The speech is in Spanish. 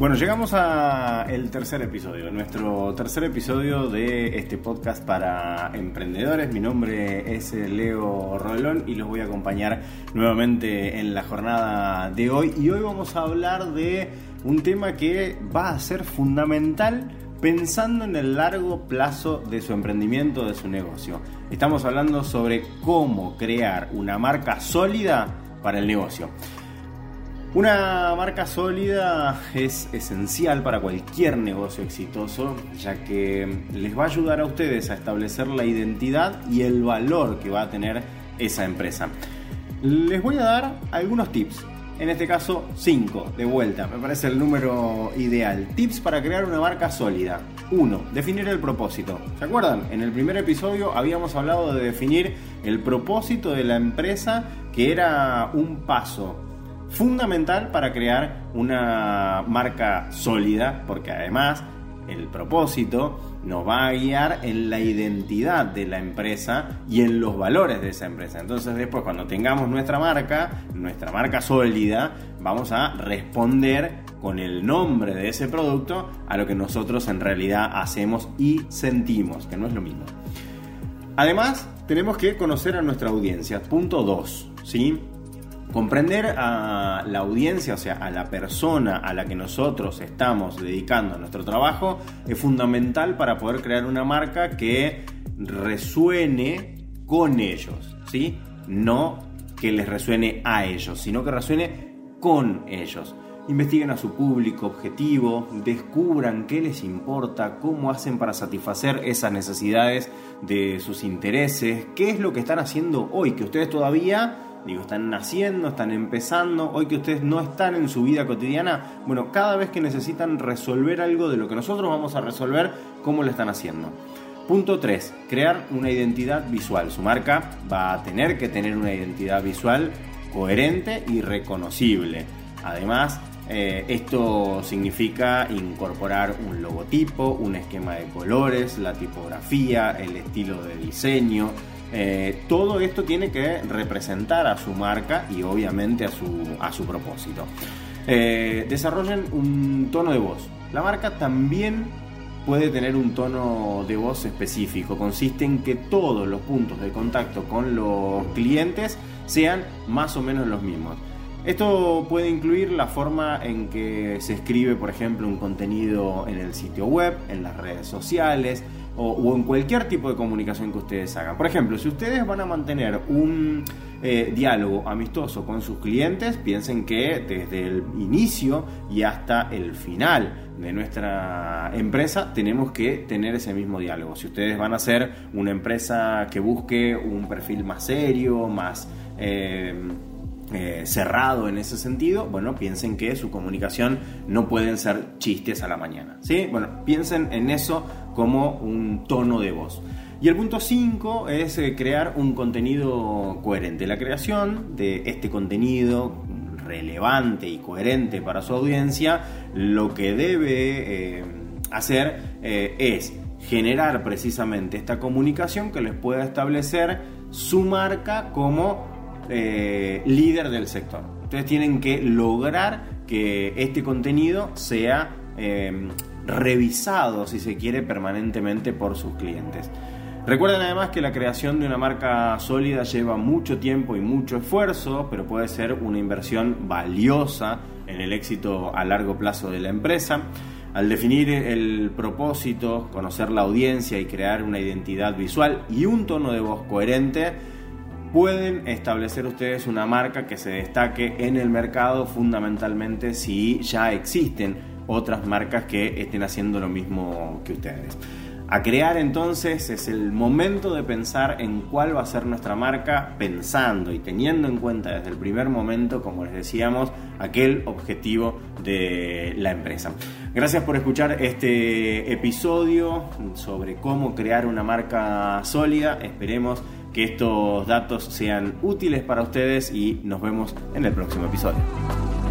Bueno, llegamos a el tercer episodio, nuestro tercer episodio de este podcast para emprendedores. Mi nombre es Leo Rolón y los voy a acompañar nuevamente en la jornada de hoy. Y hoy vamos a hablar de un tema que va a ser fundamental pensando en el largo plazo de su emprendimiento, de su negocio. Estamos hablando sobre cómo crear una marca sólida para el negocio. Una marca sólida es esencial para cualquier negocio exitoso, ya que les va a ayudar a ustedes a establecer la identidad y el valor que va a tener esa empresa. Les voy a dar algunos tips, en este caso 5, de vuelta, me parece el número ideal. Tips para crear una marca sólida. 1. Definir el propósito. ¿Se acuerdan? En el primer episodio habíamos hablado de definir el propósito de la empresa, que era un paso fundamental para crear una marca sólida, porque además el propósito nos va a guiar en la identidad de la empresa y en los valores de esa empresa. Entonces después, cuando tengamos nuestra marca sólida, vamos a responder con el nombre de ese producto a lo que nosotros en realidad hacemos y sentimos, que no es lo mismo. Además, tenemos que conocer a nuestra audiencia. Punto 2, ¿sí? Comprender a la audiencia, o sea, a la persona a la que nosotros estamos dedicando nuestro trabajo, es fundamental para poder crear una marca que resuene con ellos, ¿sí? No que les resuene a ellos, sino que resuene con ellos. Investiguen a su público objetivo, descubran qué les importa, cómo hacen para satisfacer esas necesidades de sus intereses, qué es lo que están haciendo hoy, que ustedes todavía están naciendo, están empezando, hoy que ustedes no están en su vida cotidiana. Bueno, cada vez que necesitan resolver algo de lo que nosotros vamos a resolver, ¿cómo lo están haciendo? Punto 3. Crear una identidad visual. Su marca va a tener que tener una identidad visual coherente y reconocible. Además, esto significa incorporar un logotipo, un esquema de colores, la tipografía, el estilo de diseño. Todo esto tiene que representar a su marca y obviamente a su propósito. Desarrollen un tono de voz. La marca también puede tener un tono de voz específico. Consiste en que todos los puntos de contacto con los clientes sean más o menos los mismos. Esto puede incluir la forma en que se escribe, por ejemplo, un contenido en el sitio web, en las redes sociales o en cualquier tipo de comunicación que ustedes hagan. Por ejemplo, si ustedes van a mantener un diálogo amistoso con sus clientes, piensen que desde el inicio y hasta el final de nuestra empresa tenemos que tener ese mismo diálogo. Si ustedes van a ser una empresa que busque un perfil más serio, más cerrado en ese sentido, bueno, piensen que su comunicación no pueden ser chistes a la mañana, ¿sí? Bueno, piensen en eso como un tono de voz. Y el punto 5 es crear un contenido coherente. La creación de este contenido relevante y coherente para su audiencia, lo que debe hacer es generar precisamente esta comunicación que les pueda establecer su marca como líder del sector. Ustedes tienen que lograr que este contenido sea revisado, si se quiere, permanentemente por sus clientes. Recuerden además que la creación de una marca sólida lleva mucho tiempo y mucho esfuerzo, pero puede ser una inversión valiosa en el éxito a largo plazo de la empresa. Al definir el propósito, conocer la audiencia y crear una identidad visual y un tono de voz coherente, pueden establecer ustedes una marca que se destaque en el mercado, fundamentalmente si ya existen otras marcas que estén haciendo lo mismo que ustedes. A crear entonces es el momento de pensar en cuál va a ser nuestra marca, pensando y teniendo en cuenta desde el primer momento, como les decíamos, aquel objetivo de la empresa. Gracias por escuchar este episodio sobre cómo crear una marca sólida. Esperemos que estos datos sean útiles para ustedes y nos vemos en el próximo episodio.